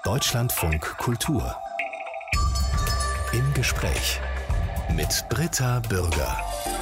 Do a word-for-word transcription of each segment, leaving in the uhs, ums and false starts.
Deutschlandfunk Kultur. Im Gespräch mit Britta Bürger.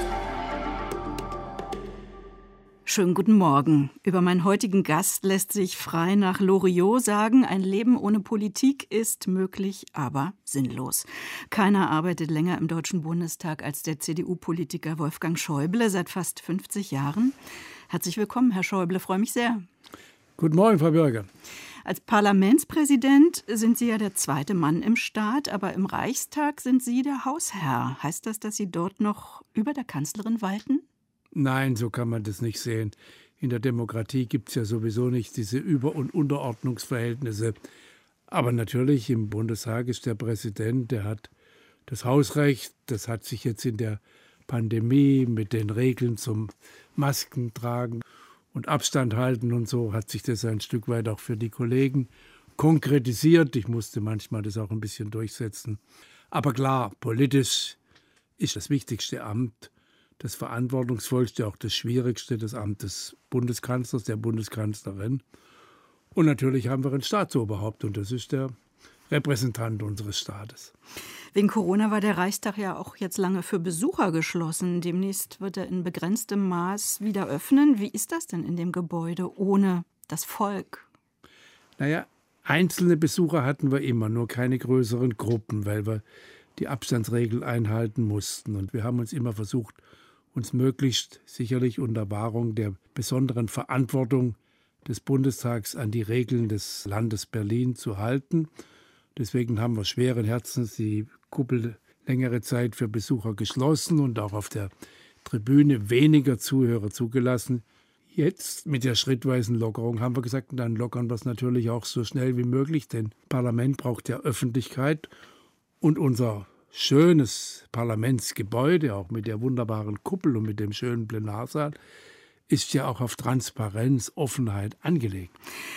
Schönen guten Morgen. Über meinen heutigen Gast lässt sich frei nach Loriot sagen, ein Leben ohne Politik ist möglich, aber sinnlos. Keiner arbeitet länger im Deutschen Bundestag als der C D U-Politiker Wolfgang Schäuble seit fast fünfzig Jahren. Herzlich willkommen, Herr Schäuble, freue mich sehr. Guten Morgen, Frau Bürger. Als Parlamentspräsident sind Sie ja der zweite Mann im Staat, aber im Reichstag sind Sie der Hausherr. Heißt das, dass Sie dort noch über der Kanzlerin walten? Nein, so kann man das nicht sehen. In der Demokratie gibt es ja sowieso nicht diese Über- und Unterordnungsverhältnisse. Aber natürlich im Bundestag ist der Präsident, der hat das Hausrecht. Das hat sich jetzt in der Pandemie mit den Regeln zum Maskentragen und Abstand halten und so, hat sich das ein Stück weit auch für die Kollegen konkretisiert. Ich musste manchmal das auch ein bisschen durchsetzen. Aber klar, politisch ist das wichtigste Amt, das verantwortungsvollste, auch das schwierigste, das Amt des Bundeskanzlers, der Bundeskanzlerin. Und natürlich haben wir ein Staatsoberhaupt und das ist der Repräsentant unseres Staates. Wegen Corona war der Reichstag ja auch jetzt lange für Besucher geschlossen. Demnächst wird er in begrenztem Maß wieder öffnen. Wie ist das denn in dem Gebäude ohne das Volk? Naja, einzelne Besucher hatten wir immer, nur keine größeren Gruppen, weil wir die Abstandsregeln einhalten mussten. Und wir haben uns immer versucht, uns möglichst sicherlich unter Wahrung der besonderen Verantwortung des Bundestags an die Regeln des Landes Berlin zu halten. Deswegen haben wir schweren Herzens die Kuppel längere Zeit für Besucher geschlossen und auch auf der Tribüne weniger Zuhörer zugelassen. Jetzt mit der schrittweisen Lockerung haben wir gesagt, dann lockern wir es natürlich auch so schnell wie möglich, denn Parlament braucht ja Öffentlichkeit und unser schönes Parlamentsgebäude, auch mit der wunderbaren Kuppel und mit dem schönen Plenarsaal, ist ja auch auf Transparenz, Offenheit angelegt.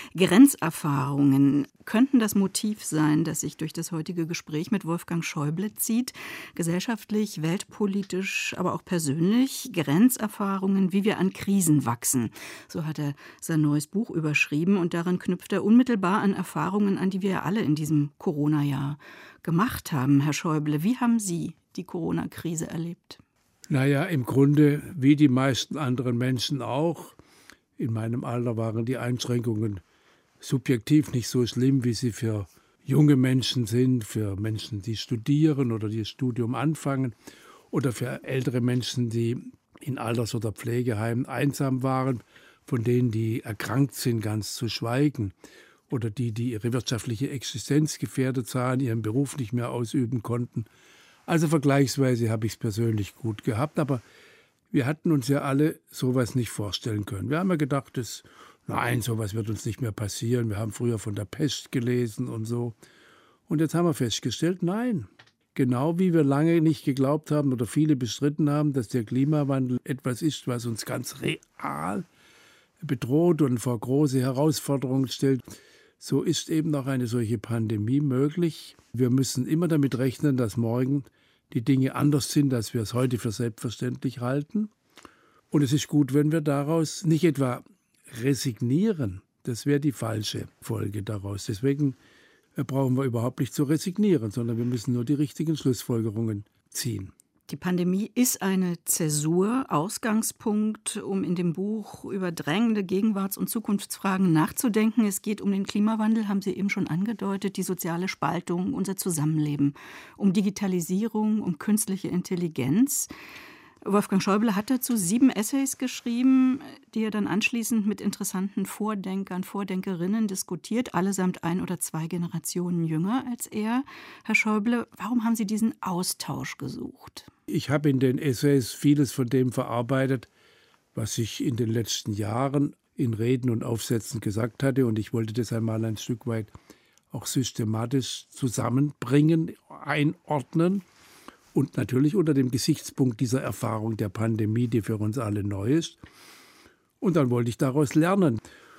Grenzerfahrungen könnten das Motiv sein, das sich durch das heutige Gespräch mit Wolfgang Schäuble zieht. Gesellschaftlich, weltpolitisch, aber auch persönlich. Grenzerfahrungen, wie wir an Krisen wachsen. So hat er sein neues Buch überschrieben und darin knüpft er unmittelbar an Erfahrungen an, die wir alle in diesem Corona-Jahr gemacht haben. Herr Schäuble, wie haben Sie die Corona-Krise erlebt? Naja, im Grunde wie die meisten anderen Menschen auch. In meinem Alter waren die Einschränkungen subjektiv nicht so schlimm, wie sie für junge Menschen sind, für Menschen, die studieren oder die das Studium anfangen oder für ältere Menschen, die in Alters- oder Pflegeheimen einsam waren, von denen, die erkrankt sind, ganz zu schweigen oder die, die ihre wirtschaftliche Existenz gefährdet sahen, ihren Beruf nicht mehr ausüben konnten. Also vergleichsweise habe ich es persönlich gut gehabt, aber wir hatten uns ja alle sowas nicht vorstellen können. Wir haben ja gedacht, dass, nein, sowas wird uns nicht mehr passieren. Wir haben früher von der Pest gelesen und so. Und jetzt haben wir festgestellt, nein. Genau wie wir lange nicht geglaubt haben oder viele bestritten haben, dass der Klimawandel etwas ist, was uns ganz real bedroht und vor große Herausforderungen stellt, so ist eben auch eine solche Pandemie möglich. Wir müssen immer damit rechnen, dass morgen die Dinge anders sind, als wir es heute für selbstverständlich halten. Und es ist gut, wenn wir daraus nicht etwa resignieren. Das wäre die falsche Folge daraus. Deswegen brauchen wir überhaupt nicht zu resignieren, sondern wir müssen nur die richtigen Schlussfolgerungen ziehen. Die Pandemie ist eine Zäsur, Ausgangspunkt, um in dem Buch über drängende Gegenwarts- und Zukunftsfragen nachzudenken. Es geht um den Klimawandel, haben Sie eben schon angedeutet, die soziale Spaltung, unser Zusammenleben, um Digitalisierung, um künstliche Intelligenz. Wolfgang Schäuble hat dazu sieben Essays geschrieben, die er dann anschließend mit interessanten Vordenkern, Vordenkerinnen diskutiert, allesamt ein oder zwei Generationen jünger als er. Herr Schäuble, warum haben Sie diesen Austausch gesucht? Ich habe in den Essays vieles von dem verarbeitet, was ich in den letzten Jahren in Reden und Aufsätzen gesagt hatte. Und ich wollte das einmal ein Stück weit auch systematisch zusammenbringen, einordnen. Und natürlich unter dem Gesichtspunkt dieser Erfahrung der Pandemie, die für uns alle neu ist. Und dann wollte ich daraus lernen.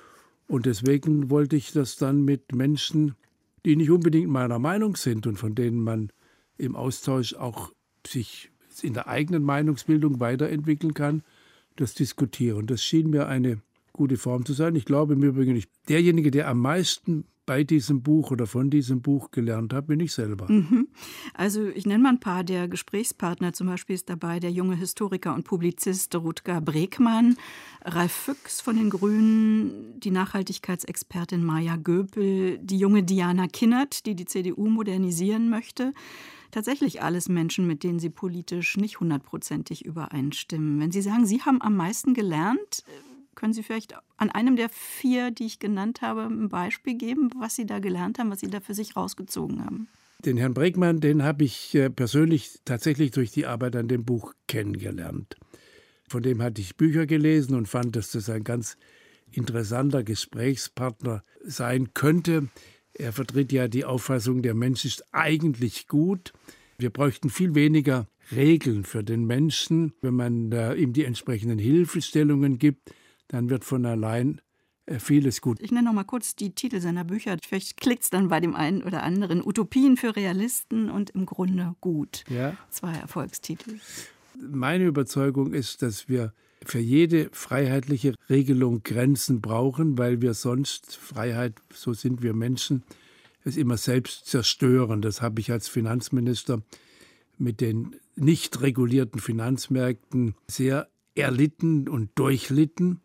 Und deswegen wollte ich das dann mit Menschen, die nicht unbedingt meiner Meinung sind und von denen man im Austausch auch sich in der eigenen Meinungsbildung weiterentwickeln kann, das diskutieren. Das schien mir eine gute Form zu sein. Ich glaube im Übrigen, ich, derjenige, der am meisten bei diesem Buch oder von diesem Buch gelernt habe, bin ich selber. Mhm. Also ich nenne mal ein paar der Gesprächspartner. Zum Beispiel ist dabei der junge Historiker und Publizist Rutger Bregmann, Ralf Füchs von den Grünen, die Nachhaltigkeitsexpertin Maja Göpel, die junge Diana Kinnert, die die C D U modernisieren möchte. Tatsächlich alles Menschen, mit denen Sie politisch nicht hundertprozentig übereinstimmen. Wenn Sie sagen, Sie haben am meisten gelernt, können Sie vielleicht an einem der vier, die ich genannt habe, ein Beispiel geben, was Sie da gelernt haben, was Sie da für sich rausgezogen haben? Den Herrn Bregmann, den habe ich persönlich tatsächlich durch die Arbeit an dem Buch kennengelernt. Von dem hatte ich Bücher gelesen und fand, dass das ein ganz interessanter Gesprächspartner sein könnte. Er vertritt ja die Auffassung, der Mensch ist eigentlich gut. Wir bräuchten viel weniger Regeln für den Menschen. Wenn man äh, ihm die entsprechenden Hilfestellungen gibt, dann wird von allein äh, vieles gut. Ich nenne noch mal kurz die Titel seiner Bücher. Vielleicht klickt es dann bei dem einen oder anderen. Utopien für Realisten und Im Grunde gut. Ja. Zwei Erfolgstitel. Meine Überzeugung ist, dass wir für jede freiheitliche Regelung Grenzen brauchen, weil wir sonst, Freiheit, so sind wir Menschen, es immer selbst zerstören. Das habe ich als Finanzminister mit den nicht regulierten Finanzmärkten sehr erlitten und durchlitten.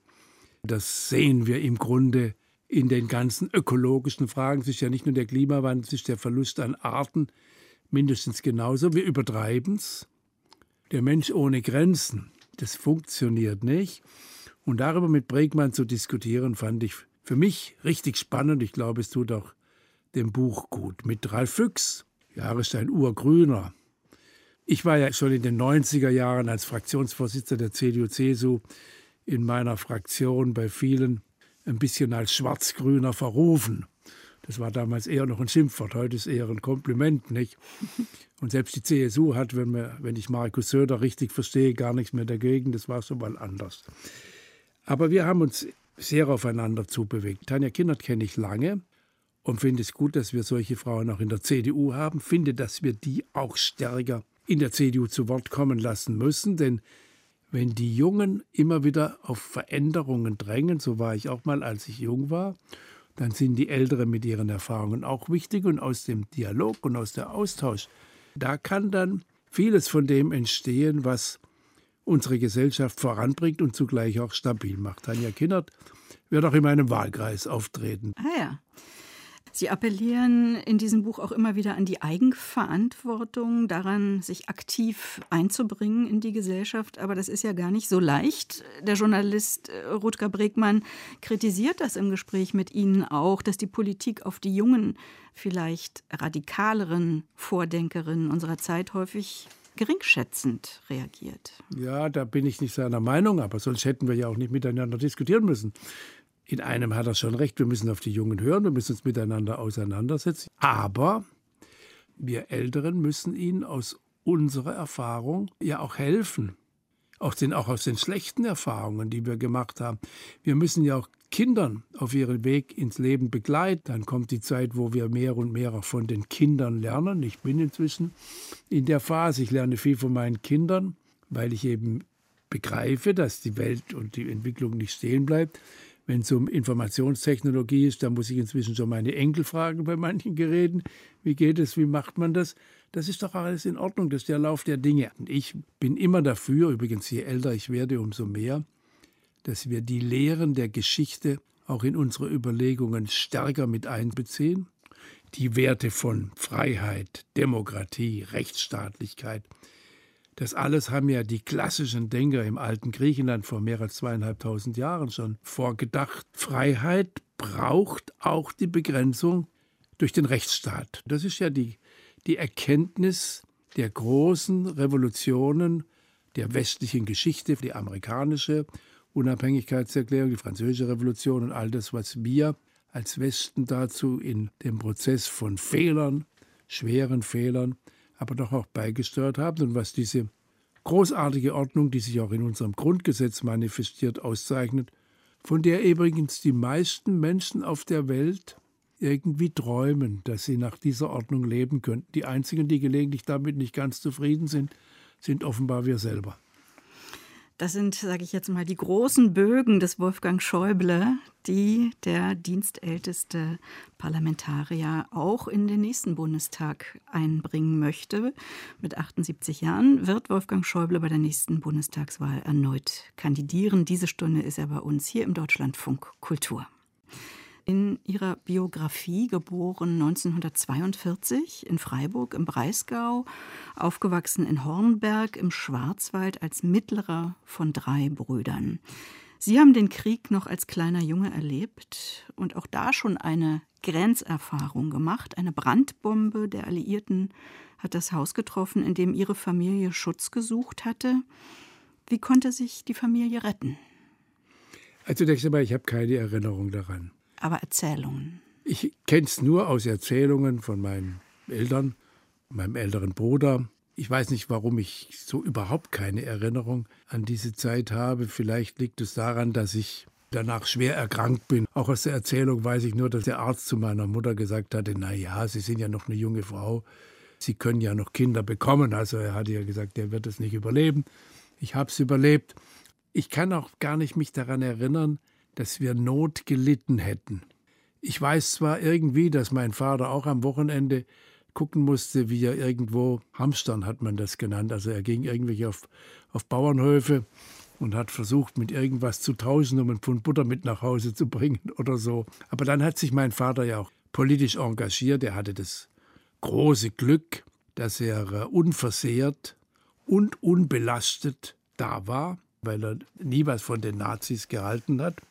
Das sehen wir im Grunde in den ganzen ökologischen Fragen. Es ist ja nicht nur der Klimawandel, es ist der Verlust an Arten mindestens genauso. Wir übertreiben es. Der Mensch ohne Grenzen, das funktioniert nicht. Und darüber mit Bregmann zu diskutieren, fand ich für mich richtig spannend. Ich glaube, es tut auch dem Buch gut. Mit Ralf Füchs, ja, ist ein Urgrüner. Ich war ja schon in den neunziger Jahren als Fraktionsvorsitzender der C D U C S U in meiner Fraktion bei vielen ein bisschen als Schwarz-Grüner verrufen. Das war damals eher noch ein Schimpfwort, heute ist eher ein Kompliment, nicht? Und selbst die C S U hat, wenn, wir, wenn ich Markus Söder richtig verstehe, gar nichts mehr dagegen. Das war schon mal anders. Aber wir haben uns sehr aufeinander zubewegt. Tanja Kinnert kenne ich lange und finde es gut, dass wir solche Frauen auch in der C D U haben. Finde, dass wir die auch stärker in der C D U zu Wort kommen lassen müssen. Denn wenn die Jungen immer wieder auf Veränderungen drängen, so war ich auch mal, als ich jung war, dann sind die Älteren mit ihren Erfahrungen auch wichtig. Und aus dem Dialog und aus dem Austausch, da kann dann vieles von dem entstehen, was unsere Gesellschaft voranbringt und zugleich auch stabil macht. Tanja Kinnert wird auch in meinem Wahlkreis auftreten. Ah ja. Sie appellieren in diesem Buch auch immer wieder an die Eigenverantwortung, daran, sich aktiv einzubringen in die Gesellschaft. Aber das ist ja gar nicht so leicht. Der Journalist Rutger Bregmann kritisiert das im Gespräch mit Ihnen auch, dass die Politik auf die jungen, vielleicht radikaleren Vordenkerinnen unserer Zeit häufig geringschätzend reagiert. Ja, da bin ich nicht seiner Meinung, aber sonst hätten wir ja auch nicht miteinander diskutieren müssen. In einem hat er schon recht, wir müssen auf die Jungen hören, wir müssen uns miteinander auseinandersetzen. Aber wir Älteren müssen ihnen aus unserer Erfahrung ja auch helfen. Auch, den, auch aus den schlechten Erfahrungen, die wir gemacht haben. Wir müssen ja auch Kindern auf ihren Weg ins Leben begleiten. Dann kommt die Zeit, wo wir mehr und mehr auch von den Kindern lernen. Ich bin inzwischen in der Phase, ich lerne viel von meinen Kindern, weil ich eben begreife, dass die Welt und die Entwicklung nicht stehen bleibt. Wenn es um Informationstechnologie ist, dann muss ich inzwischen schon meine Enkel fragen bei manchen Geräten. Wie geht es, wie macht man das? Das ist doch alles in Ordnung, das ist der Lauf der Dinge. Und ich bin immer dafür, übrigens je älter ich werde, umso mehr, dass wir die Lehren der Geschichte auch in unsere Überlegungen stärker mit einbeziehen. Die Werte von Freiheit, Demokratie, Rechtsstaatlichkeit, das alles haben ja die klassischen Denker im alten Griechenland vor mehr als zweieinhalbtausend Jahren schon vorgedacht. Freiheit braucht auch die Begrenzung durch den Rechtsstaat. Das ist ja die, die Erkenntnis der großen Revolutionen der westlichen Geschichte, die amerikanische Unabhängigkeitserklärung, die französische Revolution und all das, was wir als Westen dazu in dem Prozess von Fehlern, schweren Fehlern, aber doch auch beigesteuert haben und was diese großartige Ordnung, die sich auch in unserem Grundgesetz manifestiert, auszeichnet, von der übrigens die meisten Menschen auf der Welt irgendwie träumen, dass sie nach dieser Ordnung leben könnten. Die einzigen, die gelegentlich damit nicht ganz zufrieden sind, sind offenbar wir selber. Das sind, sage ich jetzt mal, die großen Bögen des Wolfgang Schäuble, die der dienstälteste Parlamentarier auch in den nächsten Bundestag einbringen möchte. Mit achtundsiebzig Jahren wird Wolfgang Schäuble bei der nächsten Bundestagswahl erneut kandidieren. Diese Stunde ist er bei uns hier im Deutschlandfunk Kultur. In ihrer Biografie, geboren neunzehnhundertzweiundvierzig in Freiburg im Breisgau, aufgewachsen in Hornberg im Schwarzwald als mittlerer von drei Brüdern. Sie haben den Krieg noch als kleiner Junge erlebt und auch da schon eine Grenzerfahrung gemacht. Eine Brandbombe der Alliierten hat das Haus getroffen, in dem ihre Familie Schutz gesucht hatte. Wie konnte sich die Familie retten? Also zunächst einmal, ich habe keine Erinnerung daran. Aber Erzählungen. Ich kenne es nur aus Erzählungen von meinen Eltern, meinem älteren Bruder. Ich weiß nicht, warum ich so überhaupt keine Erinnerung an diese Zeit habe. Vielleicht liegt es daran, dass ich danach schwer erkrankt bin. Auch aus der Erzählung weiß ich nur, dass der Arzt zu meiner Mutter gesagt hatte, na ja, Sie sind ja noch eine junge Frau, Sie können ja noch Kinder bekommen. Also er hatte ja gesagt, er wird es nicht überleben. Ich habe es überlebt. Ich kann auch gar nicht mich daran erinnern, dass wir Not gelitten hätten. Ich weiß zwar irgendwie, dass mein Vater auch am Wochenende gucken musste, wie er irgendwo, Hamstern hat man das genannt, also er ging irgendwie auf, auf Bauernhöfe und hat versucht, mit irgendwas zu tauschen, um einen Pfund Butter mit nach Hause zu bringen oder so. Aber dann hat sich mein Vater ja auch politisch engagiert. Er hatte das große Glück, dass er unversehrt und unbelastet da war, weil er nie was von den Nazis gehalten hat.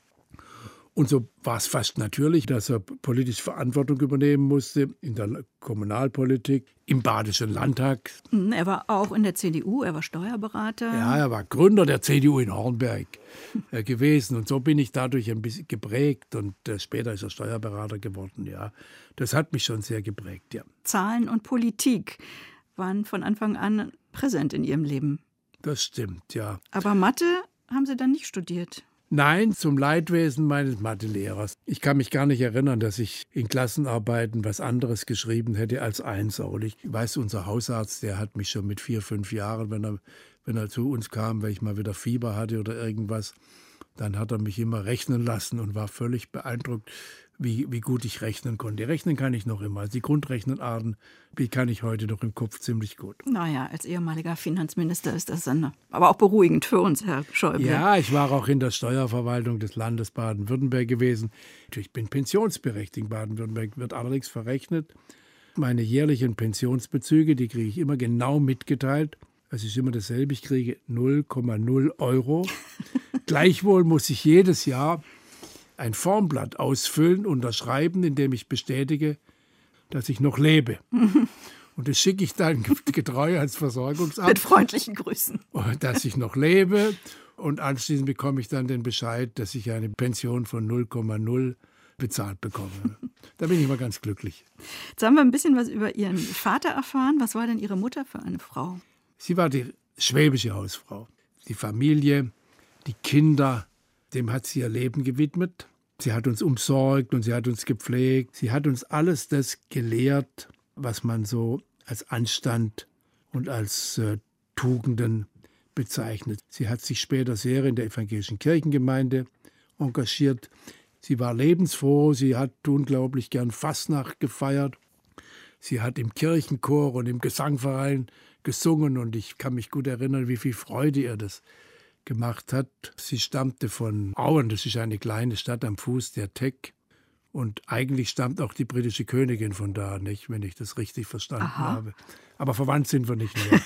Und so war es fast natürlich, dass er politisch Verantwortung übernehmen musste in der Kommunalpolitik, im Badischen Landtag. Er war auch in der C D U, er war Steuerberater. Ja, er war Gründer der C D U in Hornberg äh, gewesen. Und so bin ich dadurch ein bisschen geprägt. Und äh, später ist er Steuerberater geworden. Ja, das hat mich schon sehr geprägt, ja. Zahlen und Politik waren von Anfang an präsent in Ihrem Leben. Das stimmt, ja. Aber Mathe haben Sie dann nicht studiert? Nein, zum Leidwesen meines Mathelehrers. Ich kann mich gar nicht erinnern, dass ich in Klassenarbeiten was anderes geschrieben hätte als Einser. Und ich weiß, unser Hausarzt, der hat mich schon mit vier, fünf Jahren, wenn er, wenn er zu uns kam, weil ich mal wieder Fieber hatte oder irgendwas, dann hat er mich immer rechnen lassen und war völlig beeindruckt, wie, wie gut ich rechnen konnte. Rechnen kann ich noch immer. Also die Grundrechnenarten, die kann ich heute noch im Kopf ziemlich gut. Naja, als ehemaliger Finanzminister ist das dann aber auch beruhigend für uns, Herr Schäuble. Ja, ich war auch in der Steuerverwaltung des Landes Baden-Württemberg gewesen. Ich bin pensionsberechtigt. In Baden-Württemberg wird allerdings verrechnet. Meine jährlichen Pensionsbezüge, die kriege ich immer genau mitgeteilt. Es ist immer dasselbe. Ich kriege null Komma null Euro. Gleichwohl muss ich jedes Jahr ein Formblatt ausfüllen, unterschreiben, in dem ich bestätige, dass ich noch lebe. Und das schicke ich dann getreu als Versorgungsamt. Mit freundlichen Grüßen. Dass ich noch lebe. Und anschließend bekomme ich dann den Bescheid, dass ich eine Pension von null Komma null bezahlt bekomme. Da bin ich mal ganz glücklich. Jetzt haben wir ein bisschen was über Ihren Vater erfahren. Was war denn Ihre Mutter für eine Frau? Sie war die schwäbische Hausfrau. Die Familie, die Kinder, dem hat sie ihr Leben gewidmet. Sie hat uns umsorgt und sie hat uns gepflegt. Sie hat uns alles das gelehrt, was man so als Anstand und als äh, Tugenden bezeichnet. Sie hat sich später sehr in der evangelischen Kirchengemeinde engagiert. Sie war lebensfroh, sie hat unglaublich gern Fastnacht gefeiert. Sie hat im Kirchenchor und im Gesangverein gesungen und ich kann mich gut erinnern, wie viel Freude ihr das gemacht hat. Sie stammte von Auen, das ist eine kleine Stadt am Fuß der Teck. Und eigentlich stammt auch die britische Königin von da, nicht, wenn ich das richtig verstanden Aha. habe. Aber verwandt sind wir nicht mehr.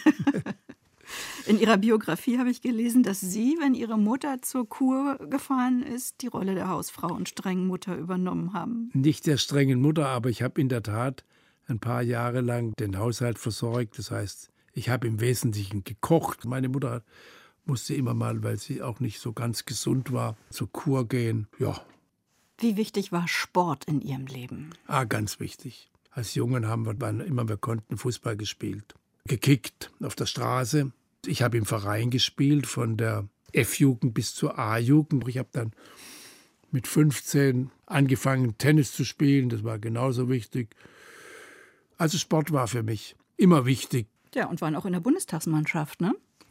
In Ihrer Biografie habe ich gelesen, dass Sie, wenn Ihre Mutter zur Kur gefahren ist, die Rolle der Hausfrau und strengen Mutter übernommen haben. Nicht der strengen Mutter, aber ich habe in der Tat ein paar Jahre lang den Haushalt versorgt. Das heißt, ich habe im Wesentlichen gekocht. Meine Mutter musste immer mal, weil sie auch nicht so ganz gesund war, zur Kur gehen. Ja. Wie wichtig war Sport in Ihrem Leben? Ah, ganz wichtig. Als Jungen haben wir, wann immer wir konnten, Fußball gespielt. Gekickt auf der Straße. Ich habe im Verein gespielt, von der F-Jugend bis zur A-Jugend. Ich habe dann mit fünfzehn angefangen, Tennis zu spielen. Das war genauso wichtig. Also Sport war für mich immer wichtig. Ja, und waren auch in der Bundestagsmannschaft, ne?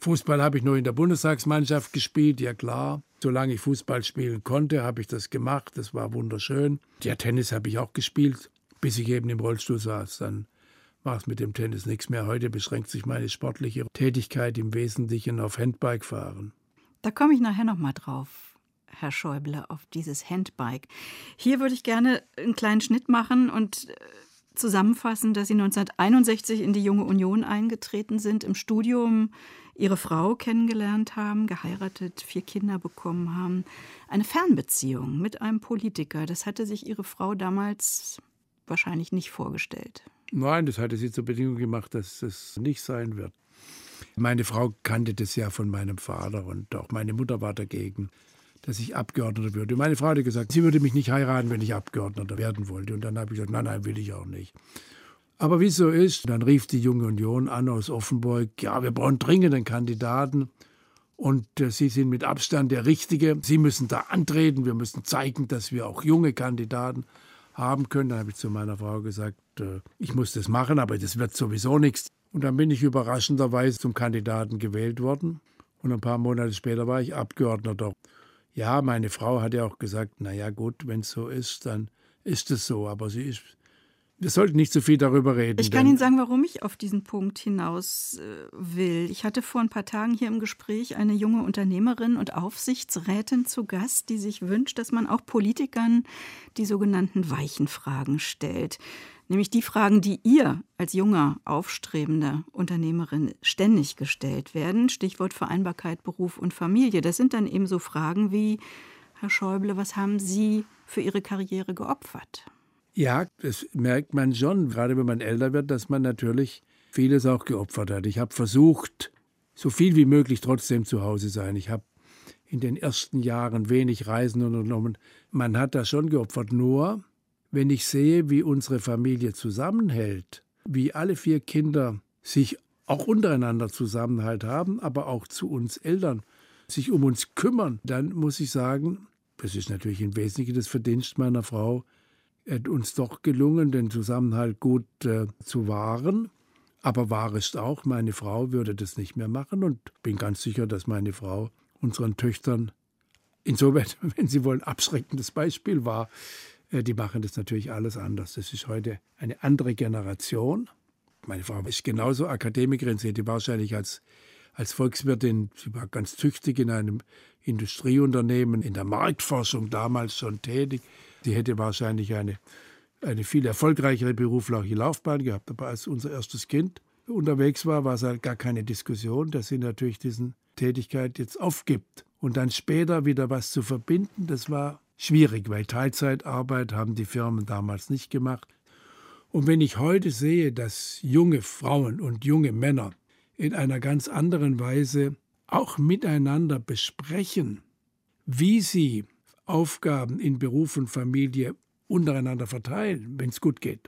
Fußball habe ich nur in der Bundestagsmannschaft gespielt, ja klar. Solange ich Fußball spielen konnte, habe ich das gemacht. Das war wunderschön. Ja, Tennis habe ich auch gespielt, bis ich eben im Rollstuhl saß. Dann war es mit dem Tennis nichts mehr. Heute beschränkt sich meine sportliche Tätigkeit im Wesentlichen auf Handbike-Fahren. Da komme ich nachher noch mal drauf, Herr Schäuble, auf dieses Handbike. Hier würde ich gerne einen kleinen Schnitt machen und zusammenfassen, dass Sie neunzehnhunderteinundsechzig in die Junge Union eingetreten sind, im Studium Ihre Frau kennengelernt haben, geheiratet, vier Kinder bekommen haben. Eine Fernbeziehung mit einem Politiker, das hatte sich Ihre Frau damals wahrscheinlich nicht vorgestellt. Nein, das hatte sie zur Bedingung gemacht, dass es nicht sein wird. Meine Frau kannte das ja von meinem Vater und auch meine Mutter war dagegen, dass ich Abgeordneter würde. Meine Frau hatte gesagt, sie würde mich nicht heiraten, wenn ich Abgeordneter werden wollte. Und dann habe ich gesagt, nein, nein, will ich auch nicht. Aber wie es so ist, dann rief die Junge Union an aus Offenburg, ja, wir brauchen dringend einen Kandidaten. Und äh, Sie sind mit Abstand der Richtige. Sie müssen da antreten. Wir müssen zeigen, dass wir auch junge Kandidaten haben können. Dann habe ich zu meiner Frau gesagt, äh, ich muss das machen, aber das wird sowieso nichts. Und dann bin ich überraschenderweise zum Kandidaten gewählt worden. Und ein paar Monate später war ich Abgeordneter. Ja, meine Frau hat ja auch gesagt, na ja gut, wenn es so ist, dann ist es so. Aber sie ist, wir sollten nicht zu viel darüber reden. Ich kann Ihnen sagen, warum ich auf diesen Punkt hinaus äh, will. Ich hatte vor ein paar Tagen hier im Gespräch eine junge Unternehmerin und Aufsichtsrätin zu Gast, die sich wünscht, dass man auch Politikern die sogenannten weichen Fragen stellt. Nämlich die Fragen, die ihr als junger, aufstrebender Unternehmerin ständig gestellt werden. Stichwort Vereinbarkeit, Beruf und Familie. Das sind dann eben so Fragen wie, Herr Schäuble, was haben Sie für Ihre Karriere geopfert? Ja, das merkt man schon, gerade wenn man älter wird, dass man natürlich vieles auch geopfert hat. Ich habe versucht, so viel wie möglich trotzdem zu Hause sein. Ich habe in den ersten Jahren wenig Reisen unternommen. Man hat das schon geopfert, nur wenn ich sehe, wie unsere Familie zusammenhält, wie alle vier Kinder sich auch untereinander Zusammenhalt haben, aber auch zu uns Eltern sich um uns kümmern, dann muss ich sagen, das ist natürlich im Wesentlichen das Verdienst meiner Frau, hat uns doch gelungen, den Zusammenhalt gut äh, zu wahren. Aber wahr ist auch, meine Frau würde das nicht mehr machen und bin ganz sicher, dass meine Frau unseren Töchtern insofern, wenn Sie wollen, abschreckendes Beispiel war. Die machen das natürlich alles anders. Das ist heute eine andere Generation. Meine Frau ist genauso Akademikerin. Sie hätte wahrscheinlich als, als Volkswirtin, sie war ganz tüchtig in einem Industrieunternehmen, in der Marktforschung damals schon tätig. Sie hätte wahrscheinlich eine, eine viel erfolgreichere berufliche Laufbahn gehabt. Aber als unser erstes Kind unterwegs war, war es halt gar keine Diskussion, dass sie natürlich diese Tätigkeit jetzt aufgibt. Und dann später wieder was zu verbinden, das war schwierig, weil Teilzeitarbeit haben die Firmen damals nicht gemacht. Und wenn ich heute sehe, dass junge Frauen und junge Männer in einer ganz anderen Weise auch miteinander besprechen, wie sie Aufgaben in Beruf und Familie untereinander verteilen, wenn es gut geht,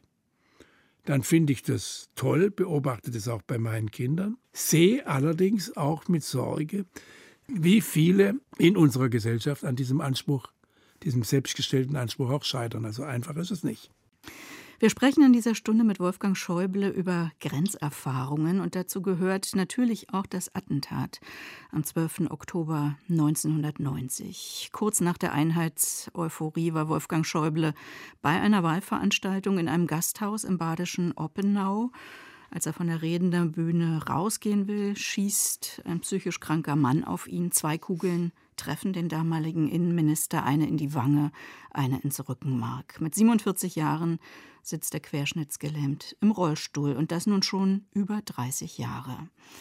dann finde ich das toll, beobachte das auch bei meinen Kindern, sehe allerdings auch mit Sorge, wie viele in unserer Gesellschaft an diesem Anspruch, diesem selbstgestellten Anspruch auch scheitern. Also einfach ist es nicht. Wir sprechen in dieser Stunde mit Wolfgang Schäuble über Grenzerfahrungen und dazu gehört natürlich auch das Attentat am zwölften Oktober neunzehnhundertneunzig. Kurz nach der Einheitseuphorie war Wolfgang Schäuble bei einer Wahlveranstaltung in einem Gasthaus im badischen Oppenau. Als er von der Rednerbühne rausgehen will, schießt ein psychisch kranker Mann auf ihn. Zwei Kugeln treffen den damaligen Innenminister, eine in die Wange, eine ins Rückenmark. Mit siebenundvierzig Jahren sitzt er querschnittsgelähmt im Rollstuhl und das nun schon über dreißig Jahre.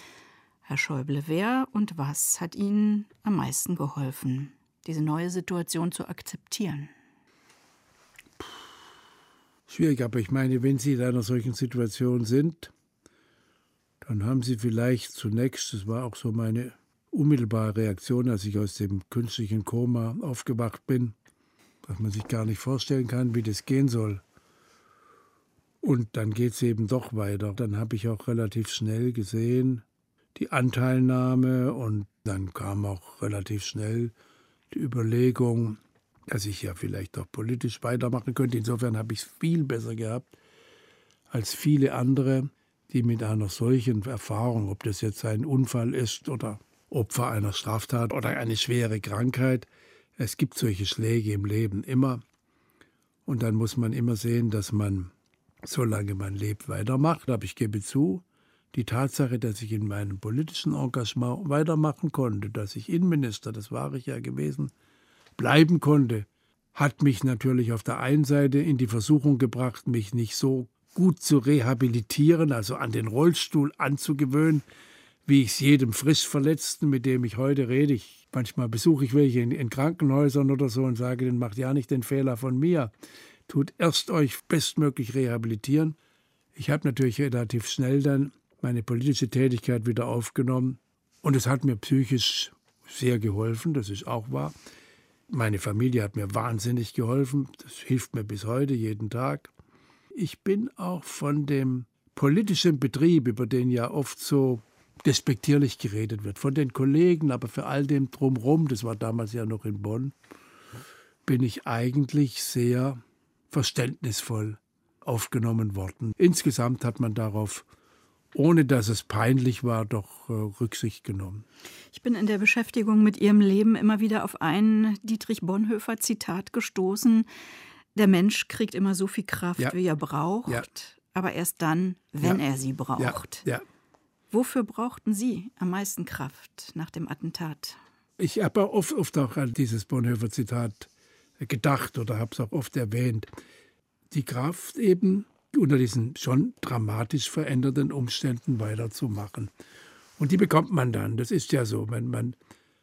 Herr Schäuble, wer und was hat Ihnen am meisten geholfen, diese neue Situation zu akzeptieren? Schwierig, aber ich meine, wenn Sie in einer solchen Situation sind, dann haben Sie vielleicht zunächst, das war auch so meine unmittelbare Reaktion, als ich aus dem künstlichen Koma aufgewacht bin, dass man sich gar nicht vorstellen kann, wie das gehen soll. Und dann geht es eben doch weiter. Dann habe ich auch relativ schnell gesehen, die Anteilnahme, und dann kam auch relativ schnell die Überlegung, dass ich ja vielleicht auch politisch weitermachen könnte. Insofern habe ich es viel besser gehabt als viele andere, die mit einer solchen Erfahrung, ob das jetzt ein Unfall ist oder Opfer einer Straftat oder eine schwere Krankheit, es gibt solche Schläge im Leben immer. Und dann muss man immer sehen, dass man, solange man lebt, weitermacht. Aber ich gebe zu, die Tatsache, dass ich in meinem politischen Engagement weitermachen konnte, dass ich Innenminister, das war ich ja gewesen, bleiben konnte, hat mich natürlich auf der einen Seite in die Versuchung gebracht, mich nicht so gut zu rehabilitieren, also an den Rollstuhl anzugewöhnen, wie ich es jedem Frischverletzten, mit dem ich heute rede. Ich, manchmal besuche ich welche in, in Krankenhäusern oder so und sage, dann macht ja nicht den Fehler von mir. Tut erst euch bestmöglich rehabilitieren. Ich habe natürlich relativ schnell dann meine politische Tätigkeit wieder aufgenommen. Und es hat mir psychisch sehr geholfen, das ist auch wahr. Meine Familie hat mir wahnsinnig geholfen. Das hilft mir bis heute, jeden Tag. Ich bin auch von dem politischen Betrieb, über den ja oft so despektierlich geredet wird, von den Kollegen, aber für all dem drumherum, das war damals ja noch in Bonn, bin ich eigentlich sehr verständnisvoll aufgenommen worden. Insgesamt hat man darauf, ohne dass es peinlich war, doch äh, Rücksicht genommen. Ich bin in der Beschäftigung mit Ihrem Leben immer wieder auf ein Dietrich Bonhoeffer-Zitat gestoßen. Der Mensch kriegt immer so viel Kraft, ja. wie er braucht, ja. aber erst dann, wenn ja. er sie braucht. Ja. Ja. Wofür brauchten Sie am meisten Kraft nach dem Attentat? Ich habe oft, oft auch an dieses Bonhoeffer-Zitat gedacht oder habe es auch oft erwähnt. Die Kraft eben, unter diesen schon dramatisch veränderten Umständen weiterzumachen. Und die bekommt man dann. Das ist ja so. Wenn man,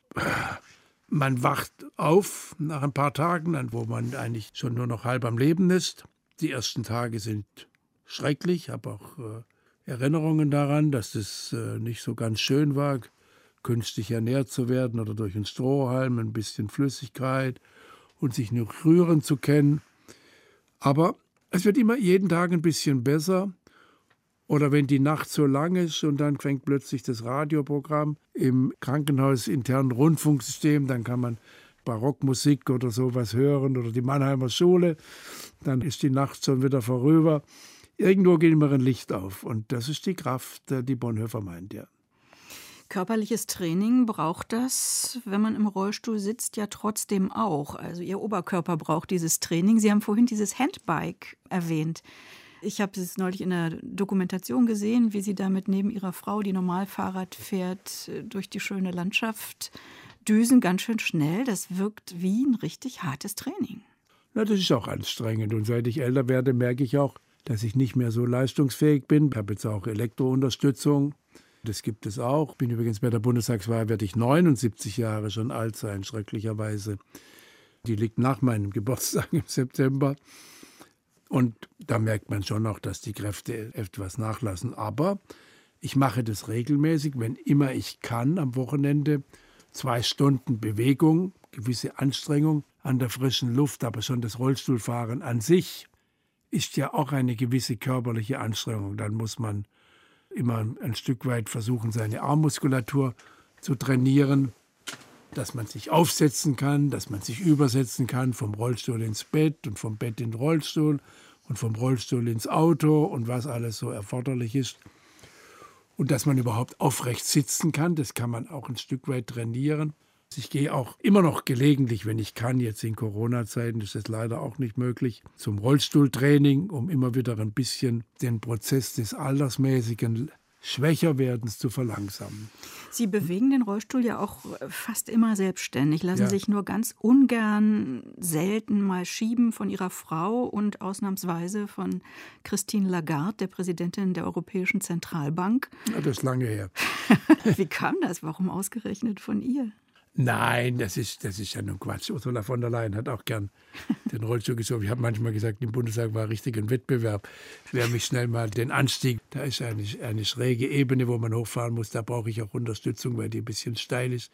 man wacht auf nach ein paar Tagen, an wo man eigentlich schon nur noch halb am Leben ist. Die ersten Tage sind schrecklich. Ich habe auch äh, Erinnerungen daran, dass es äh, nicht so ganz schön war, künstlich ernährt zu werden oder durch einen Strohhalm, ein bisschen Flüssigkeit und sich nur rühren zu können. Aber es wird immer jeden Tag ein bisschen besser. Oder wenn die Nacht so lang ist und dann fängt plötzlich das Radioprogramm im krankenhausinternen Rundfunksystem, dann kann man Barockmusik oder sowas hören oder die Mannheimer Schule, dann ist die Nacht schon wieder vorüber. Irgendwo geht immer ein Licht auf und das ist die Kraft, die Bonhoeffer meint, ja. Körperliches Training braucht das, wenn man im Rollstuhl sitzt, ja trotzdem auch. Also Ihr Oberkörper braucht dieses Training. Sie haben vorhin dieses Handbike erwähnt. Ich habe es neulich in der Dokumentation gesehen, wie Sie damit neben Ihrer Frau, die normal Fahrrad fährt, durch die schöne Landschaft düsen, ganz schön schnell. Das wirkt wie ein richtig hartes Training. Na, das ist auch anstrengend. Und seit ich älter werde, merke ich auch, dass ich nicht mehr so leistungsfähig bin. Ich habe jetzt auch Elektrounterstützung. Das gibt es auch. Ich bin übrigens bei der Bundestagswahl, werde ich neunundsiebzig Jahre schon alt sein, schrecklicherweise. Die liegt nach meinem Geburtstag im September. Und da merkt man schon noch, dass die Kräfte etwas nachlassen. Aber ich mache das regelmäßig, wenn immer ich kann, am Wochenende zwei Stunden Bewegung, gewisse Anstrengung an der frischen Luft, aber schon das Rollstuhlfahren an sich ist ja auch eine gewisse körperliche Anstrengung. Dann muss man immer ein Stück weit versuchen, seine Armmuskulatur zu trainieren, dass man sich aufsetzen kann, dass man sich übersetzen kann vom Rollstuhl ins Bett und vom Bett in den Rollstuhl und vom Rollstuhl ins Auto und was alles so erforderlich ist. Und dass man überhaupt aufrecht sitzen kann, das kann man auch ein Stück weit trainieren. Ich gehe auch immer noch gelegentlich, wenn ich kann, jetzt in Corona-Zeiten ist das leider auch nicht möglich, zum Rollstuhltraining, um immer wieder ein bisschen den Prozess des altersmäßigen Schwächerwerdens zu verlangsamen. Sie bewegen den Rollstuhl ja auch fast immer selbstständig, lassen ja. sich nur ganz ungern, selten mal schieben von Ihrer Frau und ausnahmsweise von Christine Lagarde, der Präsidentin der Europäischen Zentralbank. Ja, das ist lange her. Wie kam das? Warum ausgerechnet von ihr? Nein, das ist, das ist ja nun Quatsch. Ursula von der Leyen hat auch gern den Rollstuhl geschoben. Ich habe manchmal gesagt, im Bundestag war richtig ein Wettbewerb. Wer mich schnell mal den Anstieg, da ist eine, eine schräge Ebene, wo man hochfahren muss, da brauche ich auch Unterstützung, weil die ein bisschen steil ist.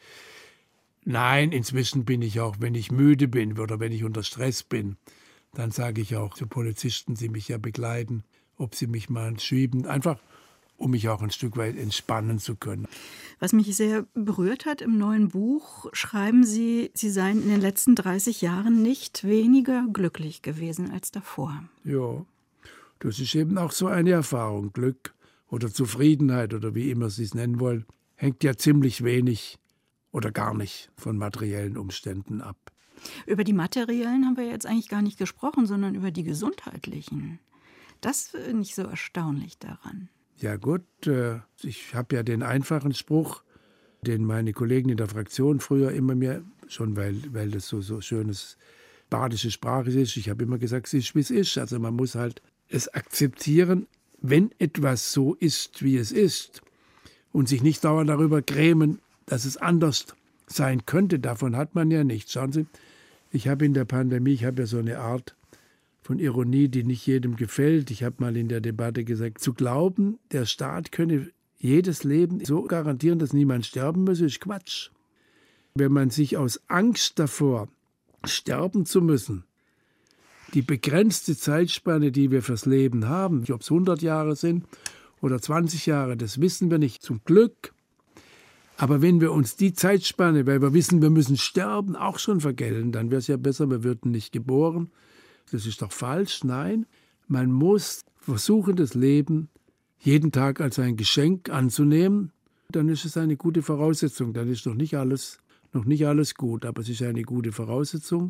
Nein, inzwischen bin ich auch, wenn ich müde bin oder wenn ich unter Stress bin, dann sage ich auch zu Polizisten, die mich ja begleiten, ob sie mich mal schieben. Einfach um mich auch ein Stück weit entspannen zu können. Was mich sehr berührt hat im neuen Buch, schreiben Sie, Sie seien in den letzten dreißig Jahren nicht weniger glücklich gewesen als davor. Ja, das ist eben auch so eine Erfahrung. Glück oder Zufriedenheit oder wie immer Sie es nennen wollen, hängt ja ziemlich wenig oder gar nicht von materiellen Umständen ab. Über die materiellen haben wir jetzt eigentlich gar nicht gesprochen, sondern über die gesundheitlichen. Das finde ich so erstaunlich daran. Ja gut, ich habe ja den einfachen Spruch, den meine Kollegen in der Fraktion früher immer mir, schon weil, weil das so, so schönes badische Sprache ist, ich habe immer gesagt, es ist, wie es ist. Also man muss halt es akzeptieren, wenn etwas so ist, wie es ist und sich nicht dauernd darüber grämen, dass es anders sein könnte. Davon hat man ja nichts. Schauen Sie, ich habe in der Pandemie, ich habe ja so eine Art von Ironie, die nicht jedem gefällt. Ich habe mal in der Debatte gesagt, zu glauben, der Staat könne jedes Leben so garantieren, dass niemand sterben müsse, ist Quatsch. Wenn man sich aus Angst davor, sterben zu müssen, die begrenzte Zeitspanne, die wir fürs Leben haben, ob es hundert Jahre sind oder zwanzig Jahre, das wissen wir nicht, zum Glück. Aber wenn wir uns die Zeitspanne, weil wir wissen, wir müssen sterben, auch schon vergelten, dann wäre es ja besser, wir würden nicht geboren. Das ist doch falsch. Nein, man muss versuchen, das Leben jeden Tag als ein Geschenk anzunehmen. Dann ist es eine gute Voraussetzung. Dann ist noch nicht alles, noch nicht alles gut, aber es ist eine gute Voraussetzung,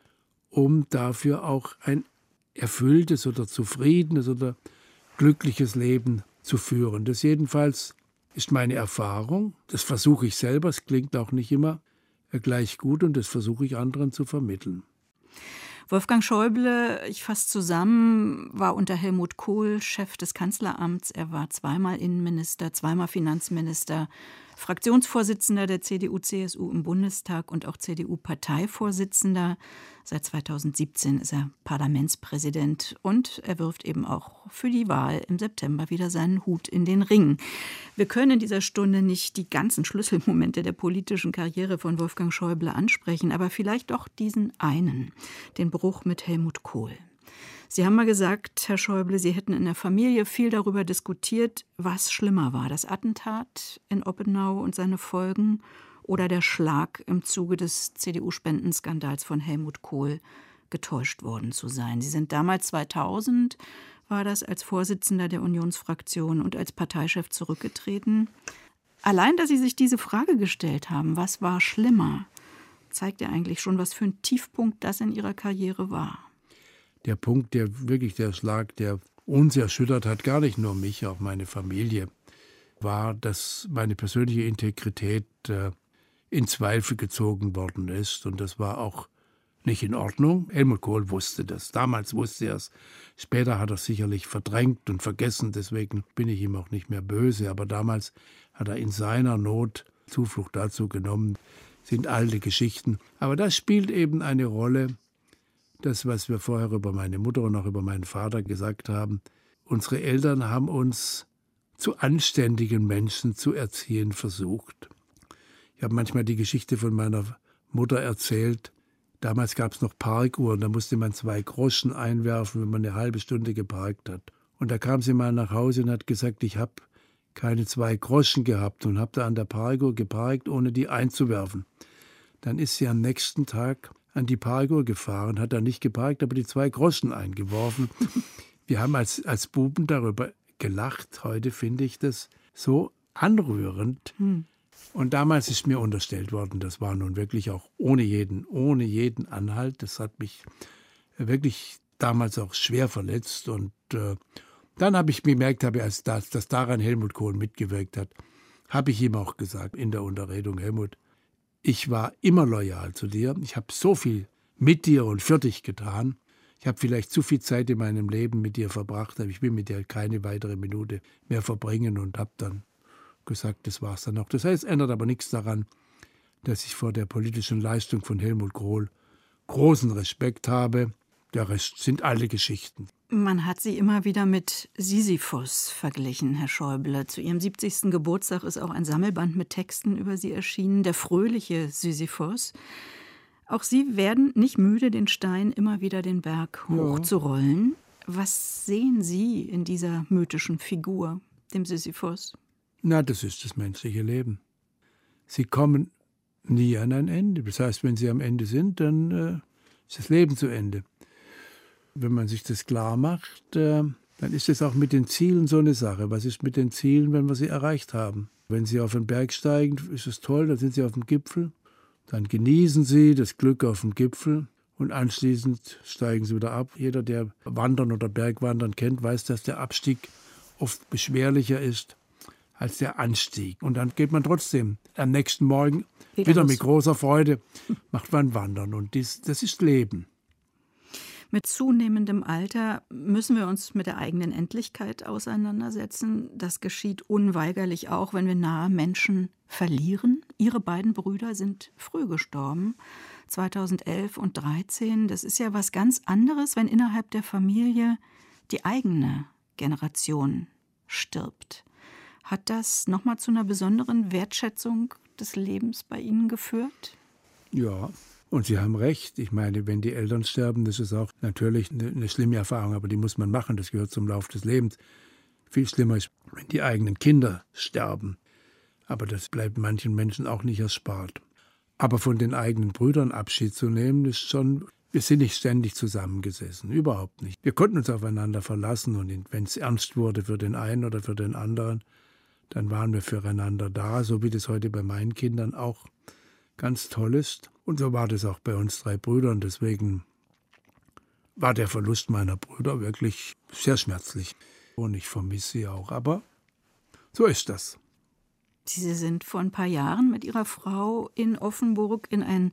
um dafür auch ein erfülltes oder zufriedenes oder glückliches Leben zu führen. Das jedenfalls ist meine Erfahrung. Das versuche ich selber. Es klingt auch nicht immer gleich gut und das versuche ich anderen zu vermitteln. Wolfgang Schäuble, ich fasse zusammen, war unter Helmut Kohl Chef des Kanzleramts. Er war zweimal Innenminister, zweimal Finanzminister, Fraktionsvorsitzender der C D U C S U im Bundestag und auch C D U-Parteivorsitzender. Seit zweitausendsiebzehn ist er Parlamentspräsident und er wirft eben auch für die Wahl im September wieder seinen Hut in den Ring. Wir können in dieser Stunde nicht die ganzen Schlüsselmomente der politischen Karriere von Wolfgang Schäuble ansprechen, aber vielleicht doch diesen einen, den Bruch mit Helmut Kohl. Sie haben mal gesagt, Herr Schäuble, Sie hätten in der Familie viel darüber diskutiert, was schlimmer war, das Attentat in Oppenau und seine Folgen oder der Schlag im Zuge des C D U-Spendenskandals von Helmut Kohl, getäuscht worden zu sein. Sie sind damals zweitausend, war das, als Vorsitzender der Unionsfraktion und als Parteichef zurückgetreten. Allein, dass Sie sich diese Frage gestellt haben, was war schlimmer, zeigt ja eigentlich schon, was für ein Tiefpunkt das in Ihrer Karriere war. Der Punkt, der wirklich der Schlag, der uns erschüttert hat, gar nicht nur mich, auch meine Familie, war, dass meine persönliche Integrität äh, in Zweifel gezogen worden ist. Und das war auch nicht in Ordnung. Helmut Kohl wusste das. Damals wusste er es. Später hat er es sicherlich verdrängt und vergessen. Deswegen bin ich ihm auch nicht mehr böse. Aber damals hat er in seiner Not Zuflucht dazu genommen. Sind alte Geschichten. Aber das spielt eben eine Rolle. Das, was wir vorher über meine Mutter und auch über meinen Vater gesagt haben. Unsere Eltern haben uns zu anständigen Menschen zu erziehen versucht. Ich habe manchmal die Geschichte von meiner Mutter erzählt. Damals gab es noch Parkuhren, da musste man zwei Groschen einwerfen, wenn man eine halbe Stunde geparkt hat. Und da kam sie mal nach Hause und hat gesagt, ich habe keine zwei Groschen gehabt und habe da an der Parkuhr geparkt, ohne die einzuwerfen. Dann ist sie am nächsten Tag an die Parkuhr gefahren, hat da nicht geparkt, aber die zwei Groschen eingeworfen. Wir haben als, als Buben darüber gelacht. Heute finde ich das so anrührend. Hm. Und damals ist mir unterstellt worden, das war nun wirklich auch ohne jeden, ohne jeden Anhalt. Das hat mich wirklich damals auch schwer verletzt. Und äh, dann habe ich bemerkt, habe, als das, dass daran Helmut Kohl mitgewirkt hat, habe ich ihm auch gesagt in der Unterredung, Helmut, ich war immer loyal zu dir. Ich habe so viel mit dir und für dich getan. Ich habe vielleicht zu viel Zeit in meinem Leben mit dir verbracht, aber ich will mit dir keine weitere Minute mehr verbringen und habe dann gesagt, das war es dann auch. Das heißt, es ändert aber nichts daran, dass ich vor der politischen Leistung von Helmut Kohl großen Respekt habe. Der Rest sind alle Geschichten. Man hat Sie immer wieder mit Sisyphos verglichen, Herr Schäuble. Zu Ihrem siebzigsten Geburtstag ist auch ein Sammelband mit Texten über Sie erschienen, der fröhliche Sisyphos. Auch Sie werden nicht müde, den Stein immer wieder den Berg hochzurollen. Ja. Was sehen Sie in dieser mythischen Figur, dem Sisyphos? Na, das ist das menschliche Leben. Sie kommen nie an ein Ende. Das heißt, wenn Sie am Ende sind, dann äh, ist das Leben zu Ende. Wenn man sich das klar macht, äh, dann ist es auch mit den Zielen so eine Sache. Was ist mit den Zielen, wenn wir sie erreicht haben? Wenn Sie auf den Berg steigen, ist es toll, dann sind Sie auf dem Gipfel. Dann genießen Sie das Glück auf dem Gipfel und anschließend steigen Sie wieder ab. Jeder, der Wandern oder Bergwandern kennt, weiß, dass der Abstieg oft beschwerlicher ist als der Anstieg. Und dann geht man trotzdem am nächsten Morgen wieder, wieder mit großer Freude, macht man Wandern. Und dies, das ist Leben. Mit zunehmendem Alter müssen wir uns mit der eigenen Endlichkeit auseinandersetzen. Das geschieht unweigerlich auch, wenn wir nahe Menschen verlieren. Ihre beiden Brüder sind früh gestorben, zweitausendelf und dreizehn. Das ist ja was ganz anderes, wenn innerhalb der Familie die eigene Generation stirbt. Hat das nochmal zu einer besonderen Wertschätzung des Lebens bei Ihnen geführt? Ja. Und Sie haben recht. Ich meine, wenn die Eltern sterben, das ist auch natürlich eine, eine schlimme Erfahrung, aber die muss man machen. Das gehört zum Lauf des Lebens. Viel schlimmer ist, wenn die eigenen Kinder sterben. Aber das bleibt manchen Menschen auch nicht erspart. Aber von den eigenen Brüdern Abschied zu nehmen, ist schon, wir sind nicht ständig zusammengesessen. Überhaupt nicht. Wir konnten uns aufeinander verlassen und wenn es ernst wurde für den einen oder für den anderen, dann waren wir füreinander da, so wie das heute bei meinen Kindern auch ganz toll ist. Und so war das auch bei uns drei Brüdern. Deswegen war der Verlust meiner Brüder wirklich sehr schmerzlich. Und ich vermisse sie auch. Aber so ist das. Sie sind vor ein paar Jahren mit Ihrer Frau in Offenburg in ein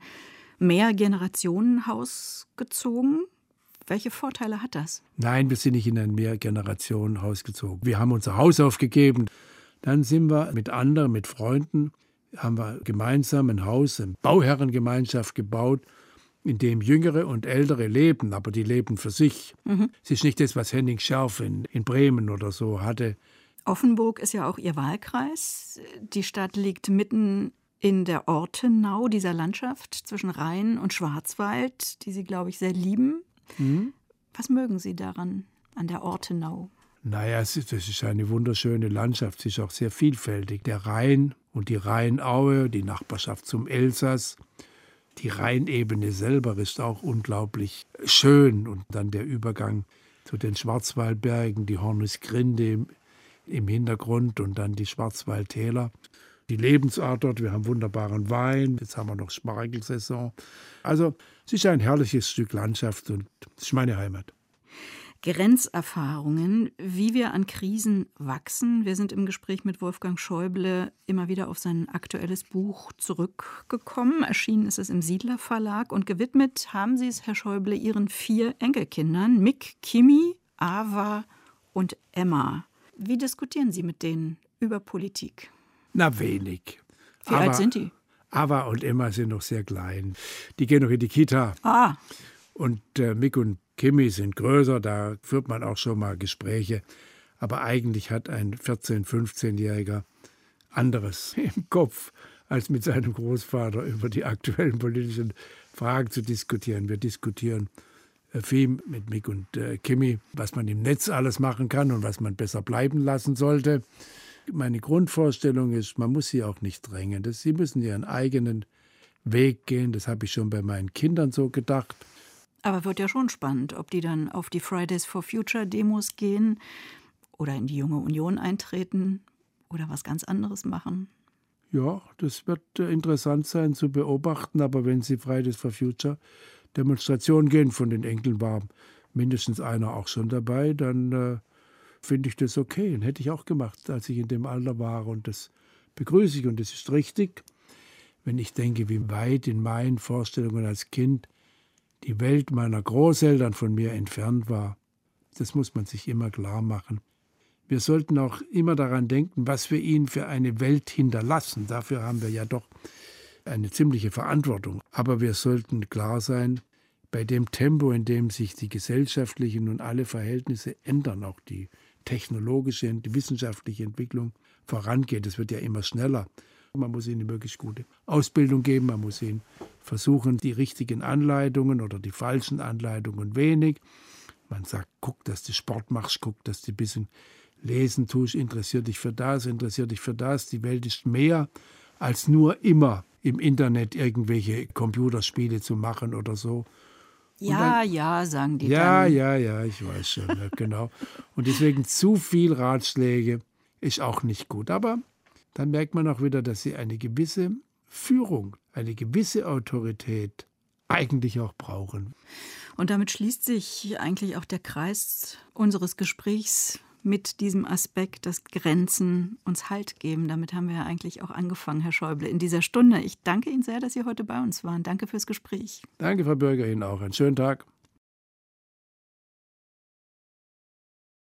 Mehrgenerationenhaus gezogen. Welche Vorteile hat das? Nein, wir sind nicht in ein Mehrgenerationenhaus gezogen. Wir haben unser Haus aufgegeben. Dann sind wir mit anderen, mit Freunden, haben wir gemeinsam ein Haus, eine Bauherrengemeinschaft gebaut, in dem Jüngere und Ältere leben, aber die leben für sich. Mhm. Es ist nicht das, was Henning Scherf in, in Bremen oder so hatte. Offenburg ist ja auch Ihr Wahlkreis. Die Stadt liegt mitten in der Ortenau, dieser Landschaft zwischen Rhein und Schwarzwald, die Sie, glaube ich, sehr lieben. Mhm. Was mögen Sie daran, an der Ortenau? Naja, das ist eine wunderschöne Landschaft. Sie ist auch sehr vielfältig. Der Rhein und die Rheinaue, die Nachbarschaft zum Elsass. Die Rheinebene selber ist auch unglaublich schön. Und dann der Übergang zu den Schwarzwaldbergen, die Hornisgrinde im, im Hintergrund und dann die Schwarzwaldtäler. Die Lebensart dort, wir haben wunderbaren Wein, jetzt haben wir noch Spargelsaison. Also es ist ein herrliches Stück Landschaft und es ist meine Heimat. Grenzerfahrungen, wie wir an Krisen wachsen. Wir sind im Gespräch mit Wolfgang Schäuble immer wieder auf sein aktuelles Buch zurückgekommen. Erschienen ist es im Siedler Verlag und gewidmet haben Sie es, Herr Schäuble, Ihren vier Enkelkindern, Mick, Kimi, Ava und Emma. Wie diskutieren Sie mit denen über Politik? Na, wenig. Wie aber, alt sind die? Ava und Emma sind noch sehr klein. Die gehen noch in die Kita. Ah. Und äh, Mick und Kimi sind größer, da führt man auch schon mal Gespräche. Aber eigentlich hat ein vierzehn-, fünfzehnjähriger anderes im Kopf, als mit seinem Großvater über die aktuellen politischen Fragen zu diskutieren. Wir diskutieren äh, viel mit Mick und äh, Kimi, was man im Netz alles machen kann und was man besser bleiben lassen sollte. Meine Grundvorstellung ist, man muss sie auch nicht drängen. Das, sie müssen ihren eigenen Weg gehen. Das habe ich schon bei meinen Kindern so gedacht. Aber wird ja schon spannend, ob die dann auf die Fridays for Future Demos gehen oder in die Junge Union eintreten oder was ganz anderes machen. Ja, das wird äh, interessant sein zu beobachten. Aber wenn sie Fridays for Future Demonstrationen gehen, von den Enkeln war mindestens einer auch schon dabei, dann äh, finde ich das okay. Und hätte ich auch gemacht, als ich in dem Alter war. Und das begrüße ich und das ist richtig. Wenn ich denke, wie weit in meinen Vorstellungen als Kind die Welt meiner Großeltern von mir entfernt war, das muss man sich immer klar machen. Wir sollten auch immer daran denken, was wir ihnen für eine Welt hinterlassen. Dafür haben wir ja doch eine ziemliche Verantwortung. Aber wir sollten klar sein, bei dem Tempo, in dem sich die gesellschaftlichen und alle Verhältnisse ändern, auch die technologische und die wissenschaftliche Entwicklung vorangeht, es wird ja immer schneller. Man muss ihnen eine möglichst gute Ausbildung geben, man muss ihnen versuchen, die richtigen Anleitungen oder die falschen Anleitungen wenig. Man sagt, guck, dass du Sport machst, guck, dass du ein bisschen lesen tust, interessiert dich für das, interessiert dich für das. Die Welt ist mehr als nur immer im Internet irgendwelche Computerspiele zu machen oder so. Ja, dann, ja, sagen die ja, dann. Ja, ja, ja, ich weiß schon, ja, genau. Und deswegen zu viel Ratschläge ist auch nicht gut. Aber dann merkt man auch wieder, dass sie eine gewisse Führung, eine gewisse Autorität eigentlich auch brauchen. Und damit schließt sich eigentlich auch der Kreis unseres Gesprächs mit diesem Aspekt, dass Grenzen uns Halt geben. Damit haben wir ja eigentlich auch angefangen, Herr Schäuble, in dieser Stunde. Ich danke Ihnen sehr, dass Sie heute bei uns waren. Danke fürs Gespräch. Danke, Frau Bürger, Ihnen auch. Einen schönen Tag.